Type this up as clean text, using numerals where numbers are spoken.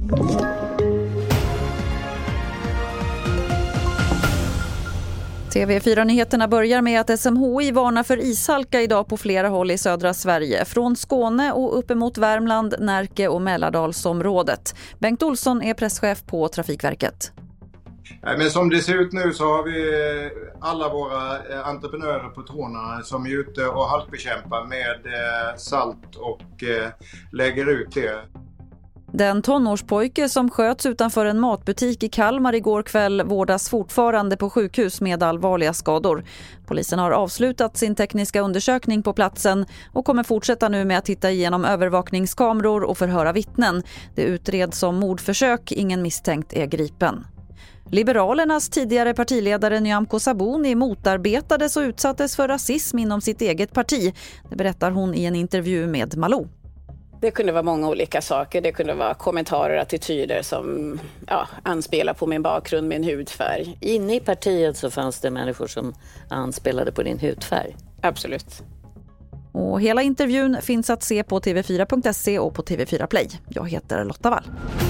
TV4-nyheterna börjar med att SMHI varnar för ishalka idag på flera håll i södra Sverige. Från Skåne och uppemot Värmland, Närke och Mälardalsområdet. Bengt Olsson är presschef på Trafikverket. Men som det ser ut nu så har vi alla våra entreprenörer på tårna som är ute och halkbekämpar med salt och lägger ut det. Den tonårspojke som sköts utanför en matbutik i Kalmar igår kväll vårdas fortfarande på sjukhus med allvarliga skador. Polisen har avslutat sin tekniska undersökning på platsen och kommer fortsätta nu med att titta igenom övervakningskameror och förhöra vittnen. Det utreds som mordförsök, ingen misstänkt är gripen. Liberalernas tidigare partiledare Nyamko Sabuni motarbetades och utsattes för rasism inom sitt eget parti. Det berättar hon i en intervju med Malou. Det kunde vara många olika saker. Det kunde vara kommentarer och attityder som anspelar på min bakgrund, min hudfärg. Inne i partiet så fanns det människor som anspelade på din hudfärg? Absolut. Och hela intervjun finns att se på tv4.se och på TV4 Play. Jag heter Lotta Wall.